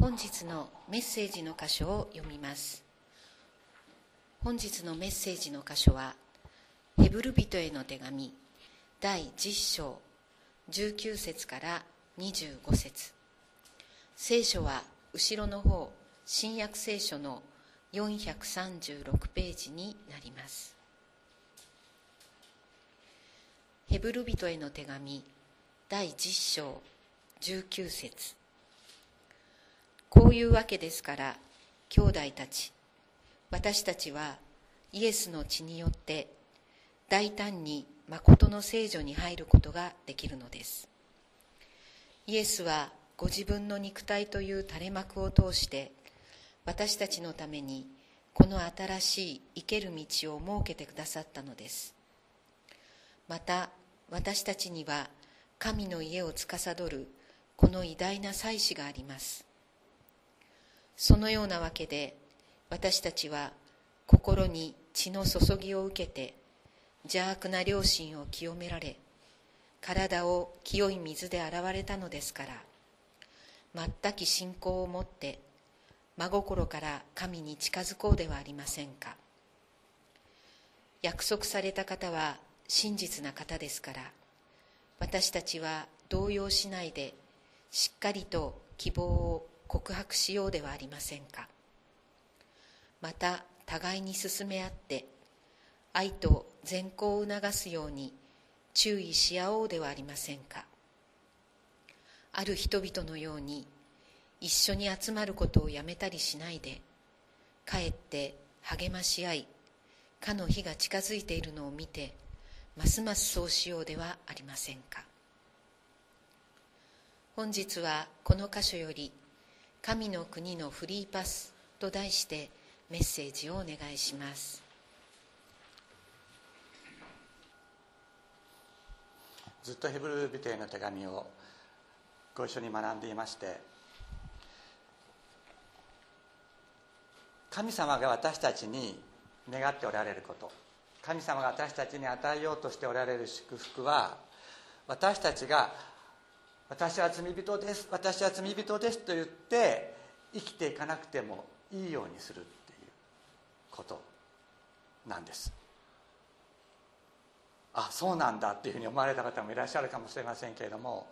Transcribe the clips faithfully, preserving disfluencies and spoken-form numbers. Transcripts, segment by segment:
本日のメッセージの箇所を読みます。本日のメッセージの箇所は、ヘブル人への手紙だいじゅっ章じゅうきゅう節からにじゅうご節。聖書は後ろの方、新約聖書のよんひゃくさんじゅうろくページになります。ヘブル人への手紙だいじゅっ章じゅうきゅう節。こういうわけですから、兄弟たち、私たちはイエスの血によって大胆に誠の聖所に入ることができるのです。イエスはご自分の肉体という垂れ幕を通して私たちのためにこの新しい生ける道を設けてくださったのです。また私たちには神の家を司るこの偉大な祭司があります。そのようなわけで私たちは心に血の注ぎを受けて邪悪な良心を清められ、体を清い水で洗われたのですから、全き信仰を持って真心から神に近づこうではありませんか。約束された方は真実な方ですから、私たちは動揺しないでしっかりと希望を告白しようではありませんか。また互いに勧め合って愛と善行を促すように注意し合おうではありませんか。ある人々のように一緒に集まることをやめたりしないで、かえって励まし合い、かの日が近づいているのを見てますますそうしようではありませんか。本日はこの箇所より神の国のフリーパスと題してメッセージをお願いします。 ずっとヘブル人への手紙をご一緒に学んでいまして、神様が私たちに願っておられること、神様が私たちに与えようとしておられる祝福は、私たちが私は罪人です、私は罪人ですと言って生きていかなくてもいいようにするっていうことなんです。あ、そうなんだっていうふうに思われた方もいらっしゃるかもしれませんけれども、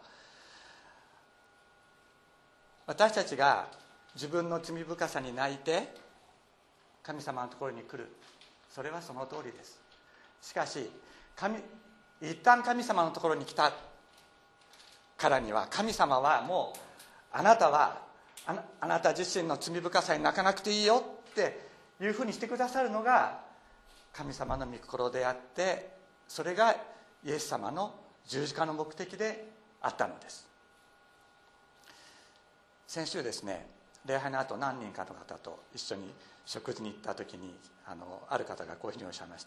私たちが自分の罪深さに泣いて神様のところに来る、それはその通りです。しかし神一旦神様のところに来たからには、神様はもうあなたはあ な, あなた自身の罪深さに泣かなくていいよっていうふうにしてくださるのが神様の御心であって、それがイエス様の十字架の目的であったのです。先週ですね、礼拝の後何人かの方と一緒に食事に行った時に あ, のある方がこういうふうにおっしゃいました。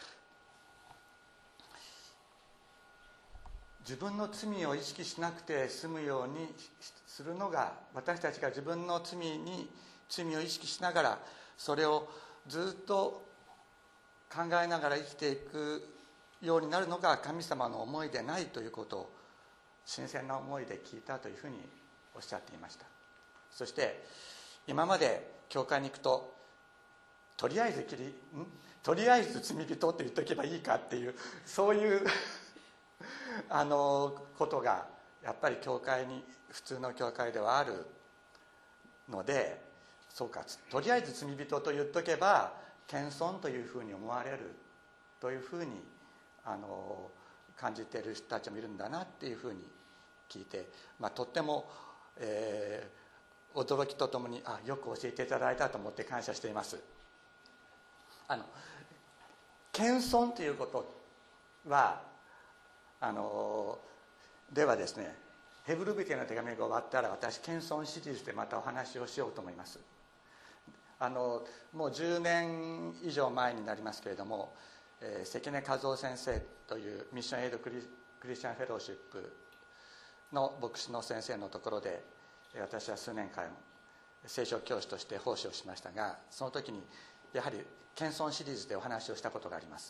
自分の罪を意識しなくて済むようにするのが、私たちが自分の罪に罪を意識しながらそれをずっと考えながら生きていくようになるのが神様の思いでないということを新鮮な思いで聞いたというふうにおっしゃっていました。そして今まで教会に行くととりあえずきりんとりあえず罪人って言っておけばいいかっていう、そういうあのことがやっぱり教会に普通の教会ではあるので、そうか、とりあえず罪人と言っとけば謙遜というふうに思われるというふうにあの感じている人たちもいるんだなっていうふうに聞いて、まあ、とっても、えー、驚きとともにあよく教えていただいたと思って感謝しています。あの謙遜ということはあのではですね、ヘブル人への手紙が終わったら私謙遜シリーズでまたお話をしようと思います。あのもうじゅうねん以上前になりますけれども、えー、関根和夫先生というミッションエイドク リ, クリスチャンフェローシップの牧師の先生のところで私は数年間聖書教師として奉仕をしましたが、その時にやはり謙遜シリーズでお話をしたことがあります。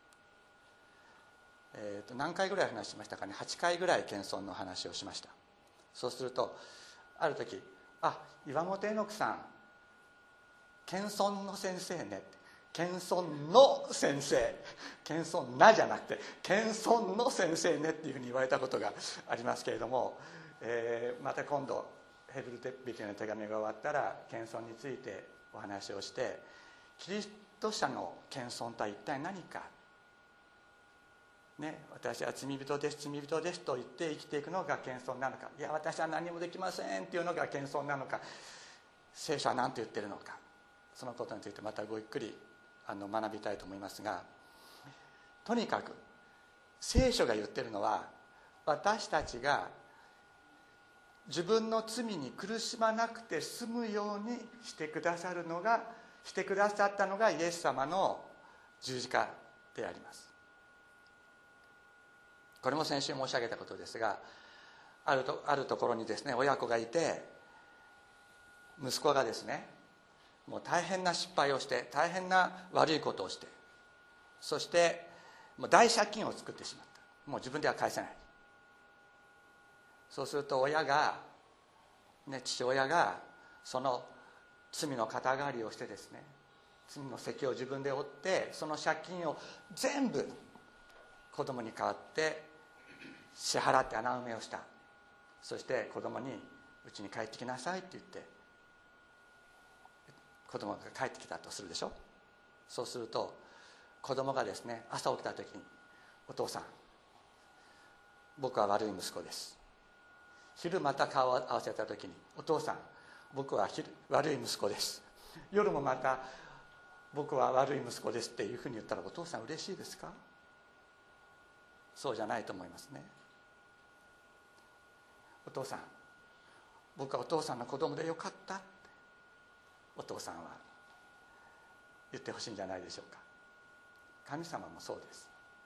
えー、と何回ぐらい話しましたかね。はちかいぐらい謙遜の話をしました。そうするとある時あ、岩本絵の句さん謙遜の先生ね、謙遜の先生、謙遜なじゃなくて謙遜の先生ねっていうふうに言われたことがありますけれども、えー、また今度ヘブル人への手紙が終わったら謙遜についてお話をして、キリスト者の謙遜とは一体何か、ね、私は罪人です罪人ですと言って生きていくのが謙遜なのか、いや私は何もできませんっていうのが謙遜なのか、聖書は何と言ってるのか、そのことについてまたごゆっくりあの学びたいと思いますが、とにかく聖書が言ってるのは、私たちが自分の罪に苦しまなくて済むようにしてくださるのがしてくださったのがイエス様の十字架であります。これも先週申し上げたことですが、あると、あるところにですね、親子がいて、息子がですね、もう大変な失敗をして大変な悪いことをして、そしてもう大借金を作ってしまった。もう自分では返せない。そうすると親が、ね、父親がその罪の肩代わりをしてですね、罪の責を自分で負って、その借金を全部子供に代わって支払って穴埋めをした。そして子供にうちに帰ってきなさいって言って子供が帰ってきたとするでしょ。そうすると子供がですね、朝起きた時に、お父さん僕は悪い息子です。昼また顔を合わせた時に、お父さん僕は悪い息子です。夜もまた僕は悪い息子ですっていうふうに言ったら、お父さん嬉しいですか？そうじゃないと思いますね。お父さん僕はお父さんの子供でよかったってお父さんは言ってほしいんじゃないでしょうか。神様もそうです。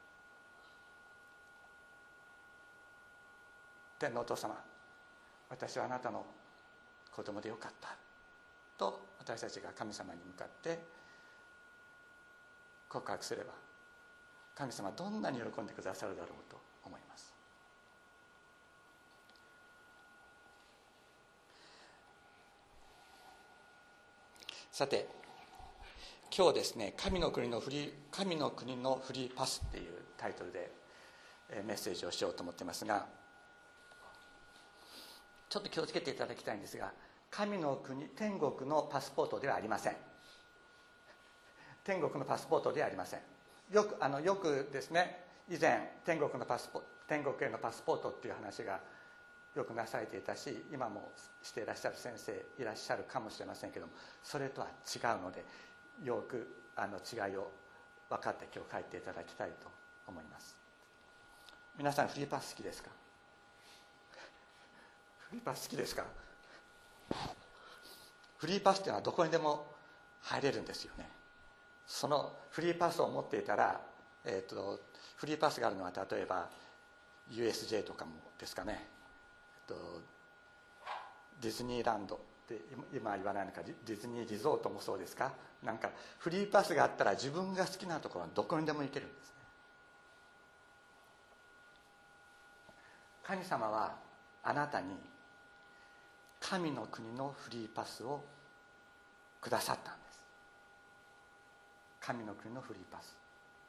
天のお父様、私はあなたの子供でよかったと私たちが神様に向かって告白すれば、神様はどんなに喜んでくださるだろうと思います。さて今日ですね、神の国のフリー神の国のフリーパスっていうタイトルでメッセージをしようと思っていますが、ちょっと気をつけていただきたいんですが、神の国、天国のパスポートではありません。天国のパスポートではありません。よくあのよくですね、以前天国のパスポ天国へのパスポートっていう話がよくなされていたし、今もしていらっしゃる先生いらっしゃるかもしれませんけども、それとは違うので、よくあの違いを分かって今日書いていただきたいと思います。皆さんフリーパス好きですか？フリーパス好きですか？フリーパスっていうのはどこにでも入れるんですよね。そのフリーパスを持っていたら、えー、とフリーパスがあるのは例えば ユーエスジェー とかもですかね、えー、とディズニーランドって今言わないのか、ディズニーリゾートもそうですか。なんかフリーパスがあったら自分が好きなところはどこにでも行けるんですね。神様はあなたに神の国のフリーパスをくださったんです。神の国のフリーパス。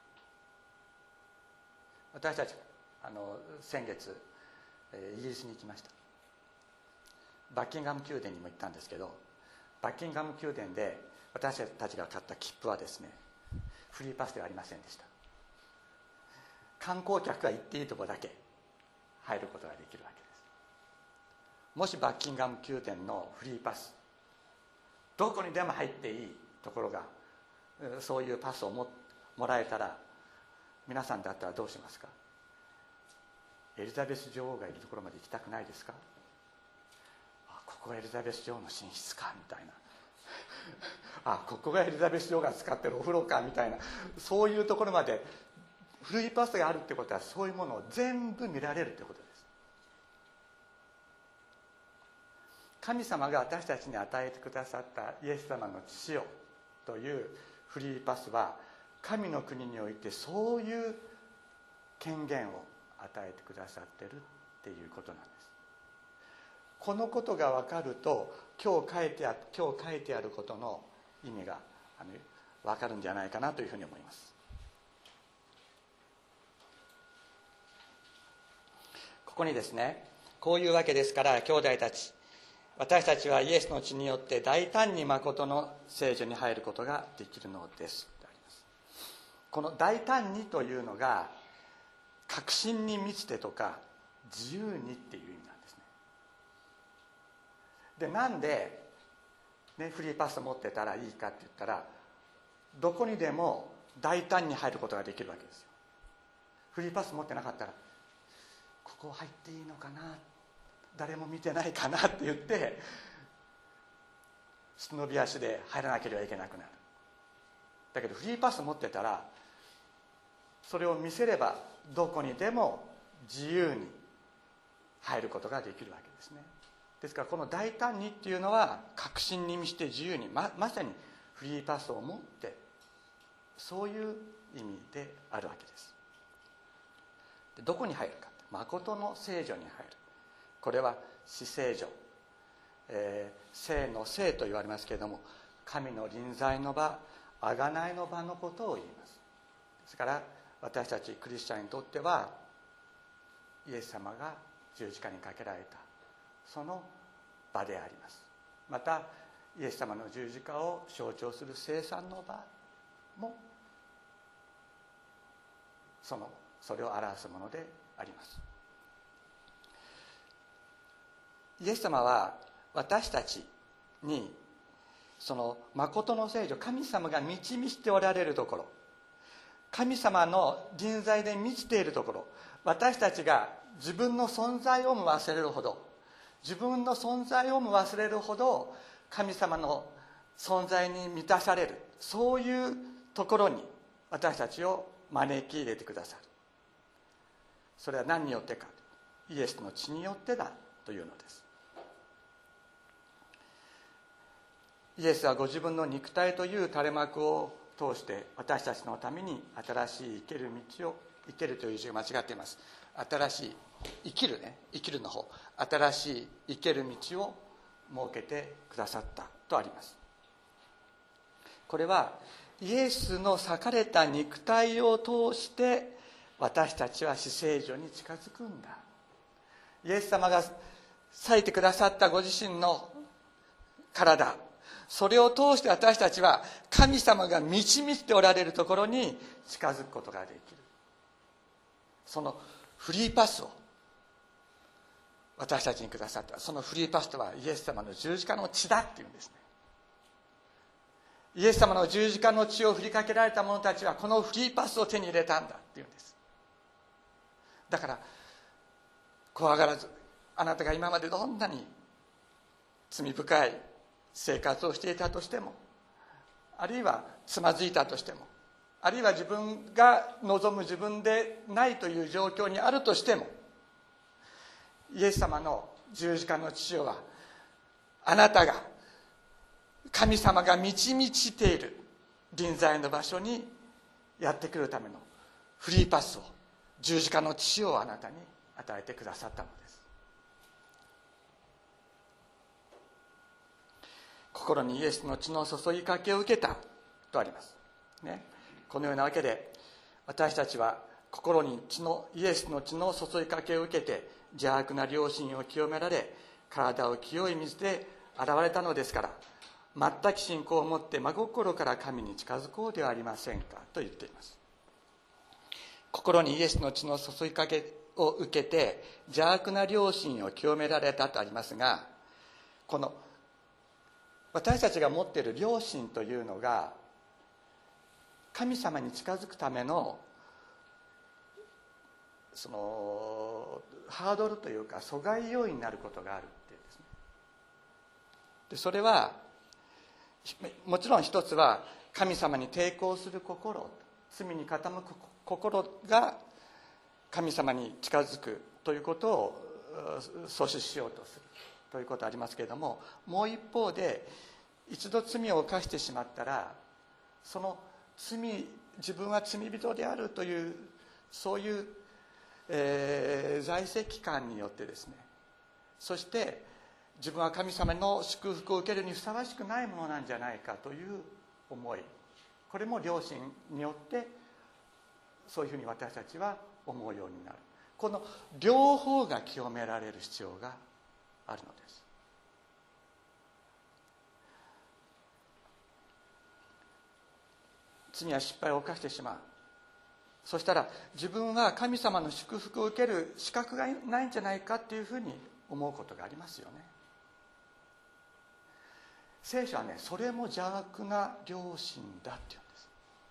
私たちあの先月イギリスに行きました。バッキンガム宮殿にも行ったんですけど、バッキンガム宮殿で私たちが買った切符はですね、フリーパスではありませんでした。観光客が行っていいところだけ入ることができるわけです。もしバッキンガム宮殿のフリーパス、どこにでも入っていいところがそういうパスを も, もらえたら、皆さんだったらどうしますか？エリザベス女王がいるところまで行きたくないですか？あ、ここがエリザベス女王の寝室かみたいなあ、ここがエリザベス女王が使ってるお風呂かみたいな、そういうところまでフリーパスがあるってことは、そういうものを全部見られるってことです。神様が私たちに与えてくださったイエス様の父よというフリーパスは、神の国においてそういう権限を与えてくださってるっていうことなんです。このことが分かると、 今日書いてあ今日書いてあることの意味があの分かるんじゃないかなというふうに思います。ここにですね、こういうわけですから兄弟たち、私たちはイエスの血によって大胆に誠の聖所に入ることができるのですとあります。この大胆にというのが確信に満ちてとか自由にっていう意味なんですね。で、なんで、ね、フリーパス持ってたらいいかって言ったら、どこにでも大胆に入ることができるわけですよ。フリーパス持ってなかったら、ここ入っていいのかな、誰も見てないかなって言って忍び足で入らなければいけなくなる。だけどフリーパス持ってたら、それを見せればどこにでも自由に入ることができるわけですね。ですからこの大胆にっていうのは確信に満ちて自由に、 ま, まさにフリーパスを持って、そういう意味であるわけです。で、どこに入るか、誠の聖所に入る。これは至聖所、えー、聖の聖と言われますけれども、神の臨在の場、贖いの場のことを言います。ですから私たちクリスチャンにとっては、イエス様が十字架にかけられたその場であります。またイエス様の十字架を象徴する聖餐の場もそのそれを表すものであります。イエス様は私たちにその誠の聖所、神様が満ち満ちておられるところ、神様の臨在で満ちているところ、私たちが自分の存在をも忘れるほど自分の存在をも忘れるほど神様の存在に満たされる、そういうところに私たちを招き入れてくださる。それは何によってか、イエスの血によってだというのです。イエスはご自分の肉体という垂れ幕を通して私たちのために新しい生ける道を、生けるという字が間違っています。新しい生きるね、生きるの方、新しい生ける道を設けてくださったとあります。これはイエスの裂かれた肉体を通して私たちは至聖所に近づくんだ。イエス様が裂いてくださったご自身の体、それを通して私たちは神様が満ち満ちておられるところに近づくことができる。そのフリーパスを私たちにくださった。そのフリーパスとはイエス様の十字架の血だっていうんですね。イエス様の十字架の血を振りかけられた者たちはこのフリーパスを手に入れたんだっていうんです。だから怖がらず、あなたが今までどんなに罪深い生活をしていたとしても、あるいはつまずいたとしても、あるいは自分が望む自分でないという状況にあるとしても、イエス様の十字架の血はあなたが神様が満ち満ちている臨在の場所にやってくるためのフリーパスを、十字架の血をあなたに与えてくださったのです。心にイエスの血の注ぎかけを受けたとあります、ね、このようなわけで私たちは心に血のイエスの血の注ぎかけを受けて邪悪な良心を清められ、体を清い水で洗われたのですから、全く信仰を持って真心から神に近づこうではありませんかと言っています。心にイエスの血の注ぎかけを受けて邪悪な良心を清められたとありますが、この私たちが持っている良心というのが神様に近づくためのそのハードルというか阻害要因になることがあるっていうんですね。でそれはもちろん一つは神様に抵抗する心、罪に傾く心が神様に近づくということを阻止しようとするということありますけれども、もう一方で一度罪を犯してしまったらその罪、自分は罪人であるというそういう、えー、在籍感によってですね、そして自分は神様の祝福を受けるにふさわしくないものなんじゃないかという思い、これも良心によってそういうふうに私たちは思うようになる。この両方が清められる必要があるのです。罪や失敗を犯してしまう。そしたら自分は神様の祝福を受ける資格がないんじゃないかっていうふうに思うことがありますよね。聖書はね、それも邪悪な良心だって言うんです。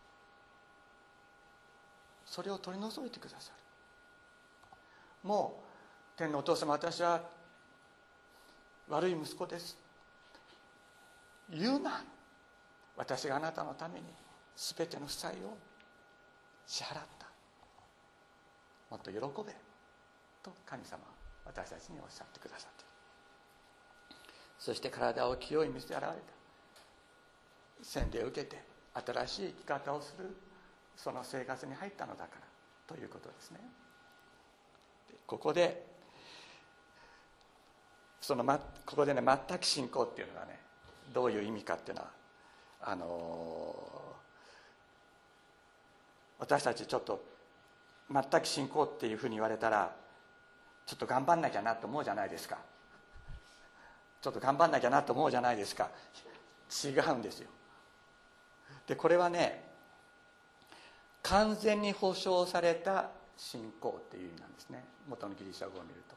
それを取り除いてくださる。もう天のお父様、私は悪い息子です言うな。私があなたのために全ての負債を支払った。もっと喜べと神様は私たちにおっしゃってくださっている。そして体を清い水で洗われた。洗礼を受けて新しい生き方をするその生活に入ったのだからということですね。ここでその、ま、ここでね、全く信仰っていうのはね、どういう意味かっていうのはあのー、私たちちょっと全く信仰っていうふうに言われたらちょっと頑張んなきゃなと思うじゃないですか。ちょっと頑張んなきゃなと思うじゃないですか。違うんですよ。でこれはね、完全に保証された信仰っていう意味なんですね。元のギリシャ語を見ると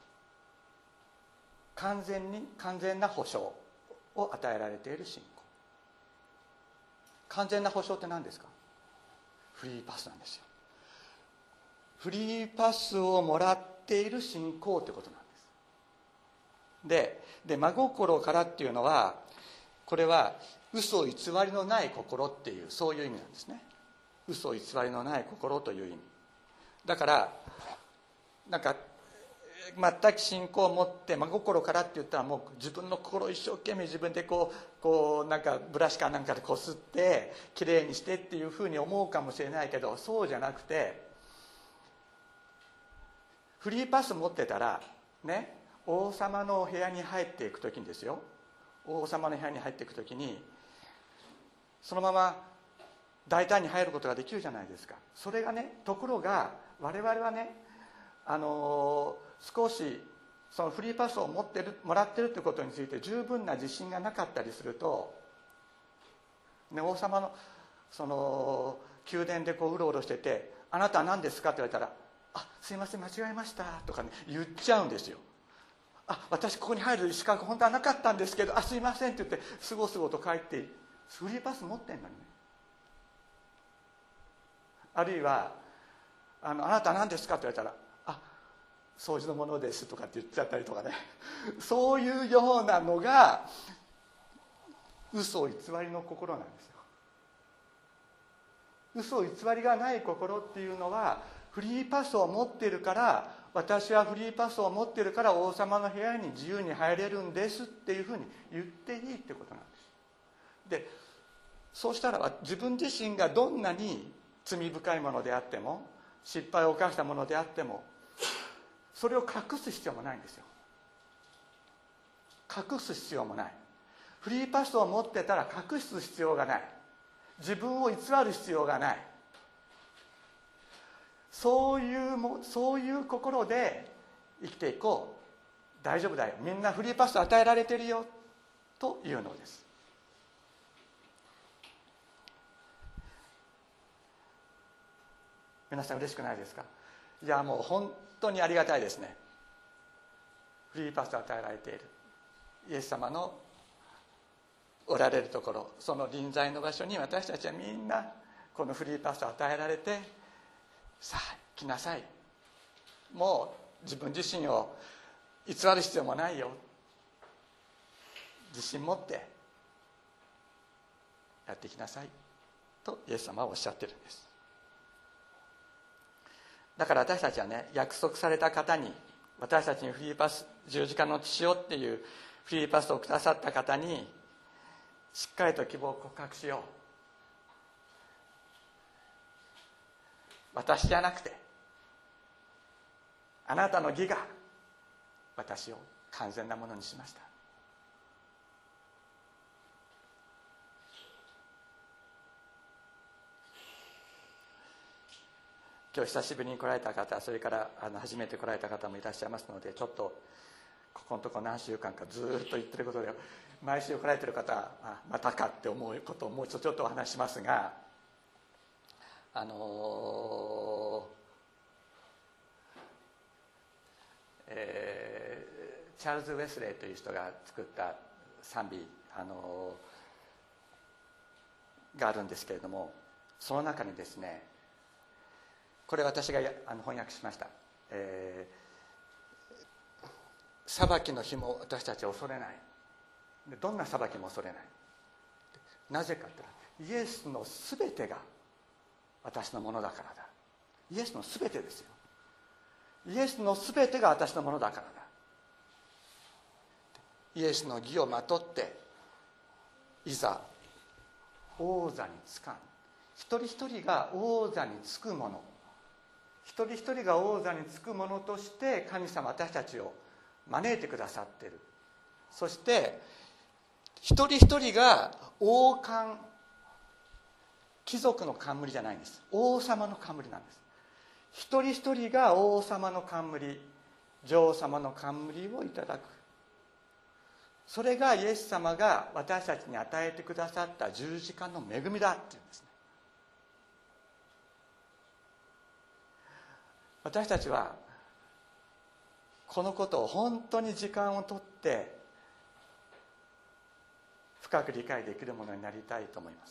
完全に完全な保証を与えられている信仰。完全な保証って何ですか？フリーパスなんですよ。フリーパスをもらっている信仰ってことなんです。で、で真心からっていうのは、これは嘘偽りのない心っていう、そういう意味なんですね。嘘偽りのない心という意味だから、なんか全く信仰を持って真心からって言ったら、もう自分の心を一生懸命自分でこうこうなんかブラシかなんかでこすってきれいにしてっていうふうに思うかもしれないけど、そうじゃなくて、フリーパス持ってたらね、王様のお部屋に入っていくときにですよ、王様の部屋に入っていくときにそのまま大胆に入ることができるじゃないですか。それがね、ところが我々はね、あの少しそのフリーパスを持ってるもらってるということについて十分な自信がなかったりすると、ね、王様のその宮殿でこううろうろしてて、あなたは何ですかって言われたら、あ、すいません間違えましたとかね言っちゃうんですよ。あ、私ここに入る資格本当はなかったんですけど、あ、すいませんって言ってすごすごと帰っていい。フリーパス持ってんのにね。あるいはあのあなたは何ですかって言われたら、あ、掃除のものですとかって言っちゃったりとかねそういうようなのが嘘偽りの心なんですよ。嘘偽りがない心っていうのは、フリーパスを持っているから、私はフリーパスを持っているから王様の部屋に自由に入れるんですっていうふうに言っていいってことなんです。でそうしたらば、自分自身がどんなに罪深いものであっても、失敗を犯したものであっても、それを隠す必要もないんですよ。隠す必要もない。フリーパスを持ってたら隠す必要がない。自分を偽る必要がない。そういうもそういう心で生きていこう。大丈夫だよ、みんなフリーパス与えられてるよというのです。皆さん嬉しくないですか？いや、もう本当にありがたいですね。フリーパスを与えられているイエス様のおられるところ、その臨在の場所に私たちはみんなこのフリーパスを与えられて、さあ来なさい、もう自分自身を偽る必要もないよ、自信持ってやってきなさいとイエス様はおっしゃってるんです。だから私たちはね、約束された方に、私たちにフリーパス、十字架の血潮っていうフリーパスをくださった方にしっかりと希望を告白しよう。私じゃなくてあなたの義が私を完全なものにしました。 今日久しぶりに来られた方、それからあの初めて来られた方もいらっしゃいますので、ちょっとここのところ何週間かずっと言ってることで、毎週来られてる方はあまたかって思うことをもう一度ちょっとお話しますが、あのーえー、チャールズ・ウェスレーという人が作った賛美、あのー、があるんですけれども、その中にですね、これ私があの翻訳しました、えー、裁きの日も私たちは恐れない、どんな裁きも恐れない、なぜかって言ったらイエスのすべてが私のものだからだ。イエスのすべてですよ。イエスのすべてが私のものだからだ。イエスの義をまとっていざ王座につかん、一人一人が王座につくもの、一人一人が王座につくものとして神様私たちを招いてくださっている。そして一人一人が王冠、貴族の冠じゃないんです。王様の冠なんです。一人一人が王様の冠、女王様の冠をいただく。それがイエス様が私たちに与えてくださった十字架の恵みだっていうんですね。私たちはこのことを本当に時間をとって深く理解できるものになりたいと思います。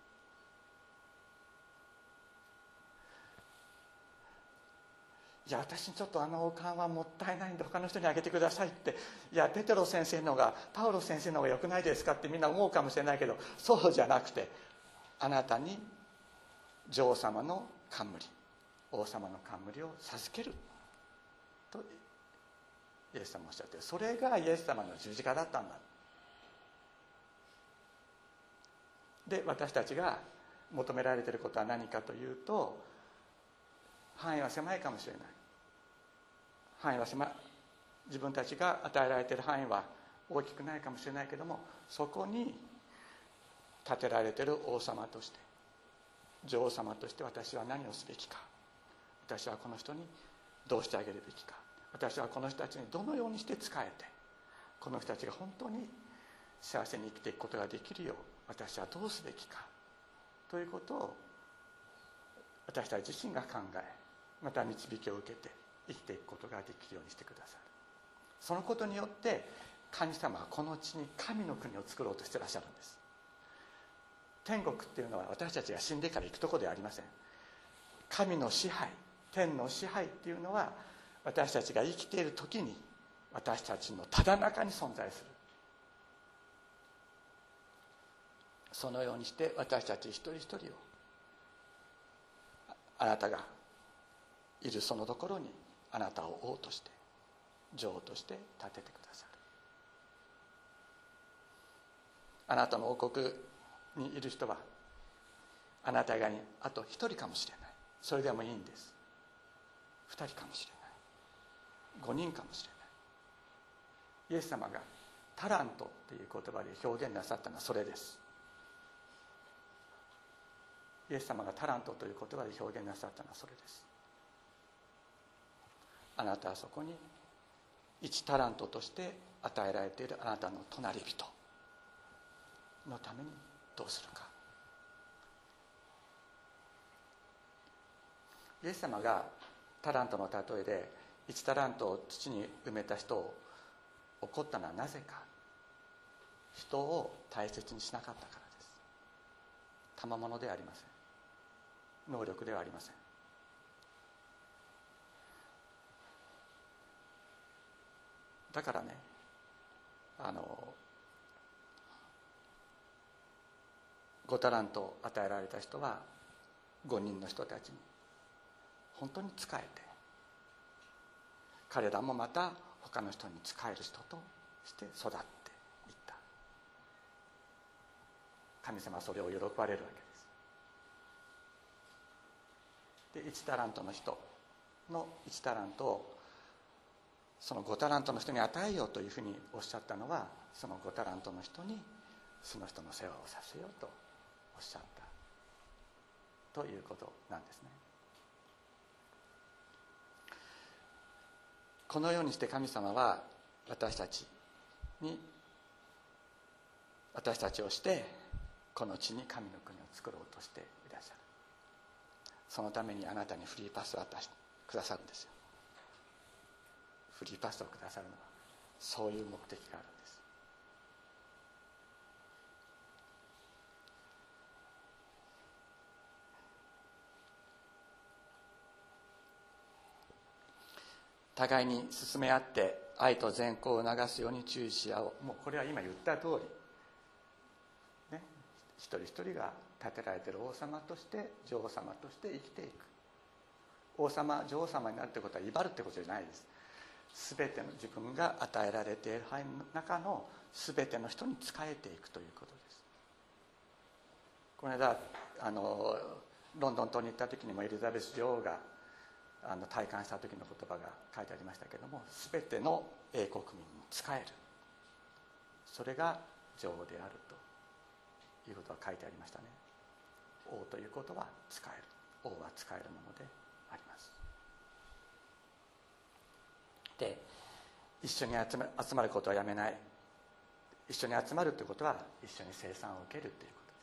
いや私ちょっとあの王冠はもったいないんで他の人にあげてくださいって、いやペテロ先生の方がパウロ先生の方が良くないですかってみんな思うかもしれないけど、そうじゃなくて、あなたに女王様の冠、王様の冠を授けるとイエス様おっしゃって、それがイエス様の十字架だったんだ。で私たちが求められていることは何かというと、範囲は狭いかもしれない、範囲は狭い、自分たちが与えられている範囲は大きくないかもしれないけども、そこに立てられている王様として女王様として私は何をすべきか、私はこの人にどうしてあげるべきか、私はこの人たちにどのようにして仕えてこの人たちが本当に幸せに生きていくことができるよう私はどうすべきかということを私たち自身が考え、また導きを受けて生きていくことができるようにしてくださる。そのことによって神様はこの地に神の国を作ろうとしていらっしゃるんです。天国っていうのは私たちが死んでから行くところではありません。神の支配、天の支配っていうのは私たちが生きている時に私たちのただ中に存在する。そのようにして私たち一人一人をあなたがいるそのところにあなたを王として女王として立ててくださる。あなたの王国にいる人はあなた以外にあと一人かもしれない。それでもいいんです。二人かもしれない、五人かもしれない。イエス様がタラントという言葉で表現なさったのはそれです。イエス様がタラントという言葉で表現なさったのはそれです。あなたはそこに一タラントとして与えられているあなたの隣人のためにどうするか。イエス様がタラントの例えで一タラントを土に埋めた人を怒ったのはなぜか。人を大切にしなかったからです。賜物ではありません。能力ではありません。だからね、あのごタラントを与えられた人はごにんの人たちに本当に仕えて、彼らもまた他の人に仕える人として育っていった。神様はそれを喜ばれるわけです。でいちタラントの人のいちタラントをそのごタラントの人に与えようというふうにおっしゃったのは、そのごタラントの人にその人の世話をさせようとおっしゃったということなんですね。 このようにして神様は私たちに私たちをしてこの地に神の国を作ろうとしていらっしゃる。そのためにあなたにフリーパスを渡してくださるんですよ。フリーパスをくださるのはそういう目的があるんです。互いに進め合って愛と善行を促すように注意し合おう。もうこれは今言った通り、ね、一人一人が立てられている王様として女王様として生きていく。王様女王様になるってことは威張るってことじゃないです。すべての自分が与えられている範囲の中のすべての人に仕えていくということです。この間あのロンドン島に行った時にもエリザベス女王があの戴冠した時の言葉が書いてありましたけれども、すべての英国民に仕える、それが女王であるということが書いてありましたね。王ということは仕える、王は仕えるものであります。で、一緒に集ま、集まることはやめない。一緒に集まるということは一緒に生産を受けるということ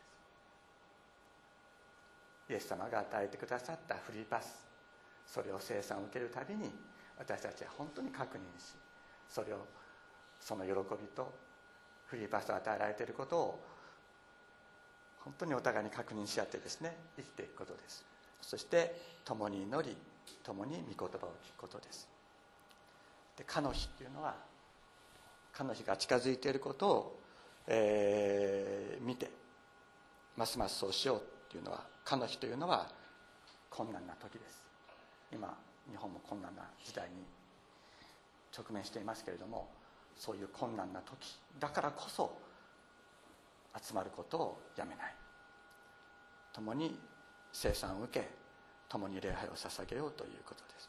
です。イエス様が与えてくださったフリーパス、それを生産を受けるたびに私たちは本当に確認し、それをその喜びとフリーパスを与えられていることを本当にお互いに確認し合ってですね、生きていくことです。そして共に祈り、共に御言葉を聞くことです。で、かの日というのは、かの日が近づいていることを、えー見てますますそうしようというのは、かの日というのは困難な時です。今日本も困難な時代に直面していますけれども、そういう困難な時だからこそ集まることをやめない、共に生産を受け、共に礼拝を捧げようということです。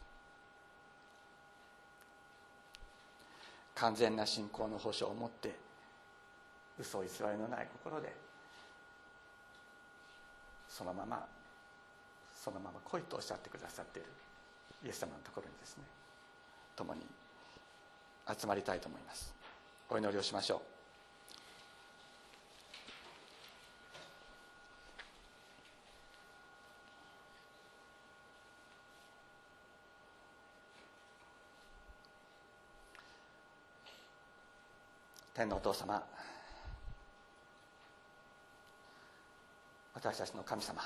完全な信仰の保証を持って、嘘偽りのない心でそのままそのまま来いとおっしゃってくださっているイエス様のところにですね、共に集まりたいと思います。お祈りをしましょう。天のお父様、私たちの神様、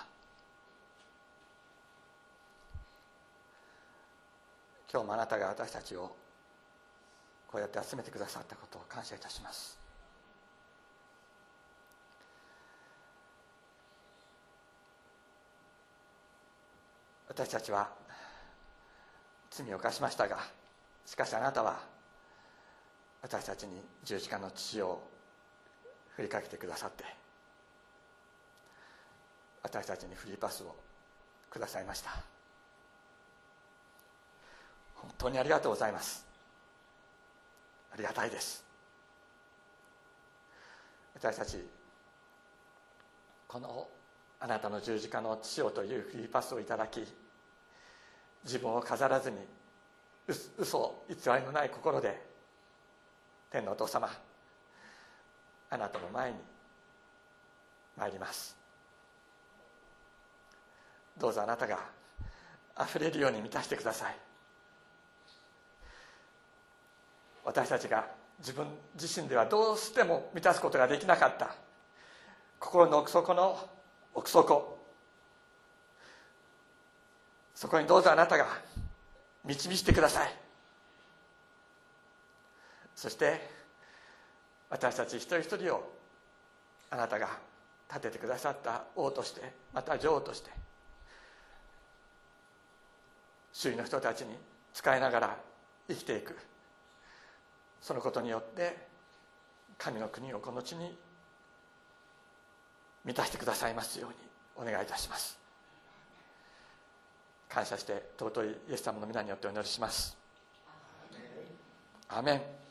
今日もあなたが私たちをこうやって集めてくださったことを感謝いたします。私たちは罪を犯しましたが、しかしあなたは私たちに十字架の血を振りかけてくださって、私たちにフリーパスをくださいました。本当にありがとうございます。ありがたいです。私たちこのあなたの十字架の血をというフリーパスをいただき、自分を飾らずに嘘偽りのない心で天のお父様、あなたの前に参ります。どうぞあなたがあふれるように満たしてください。私たちが自分自身ではどうしても満たすことができなかった心の奥底の奥底、そこにどうぞあなたが導いてください。そして私たち一人一人をあなたが立ててくださった王として、また女王として、周囲の人たちに仕えながら生きていく、そのことによって神の国をこの地に満たしてくださいますようにお願いいたします。感謝して尊いイエス様の皆によってお祈りします。アーメン。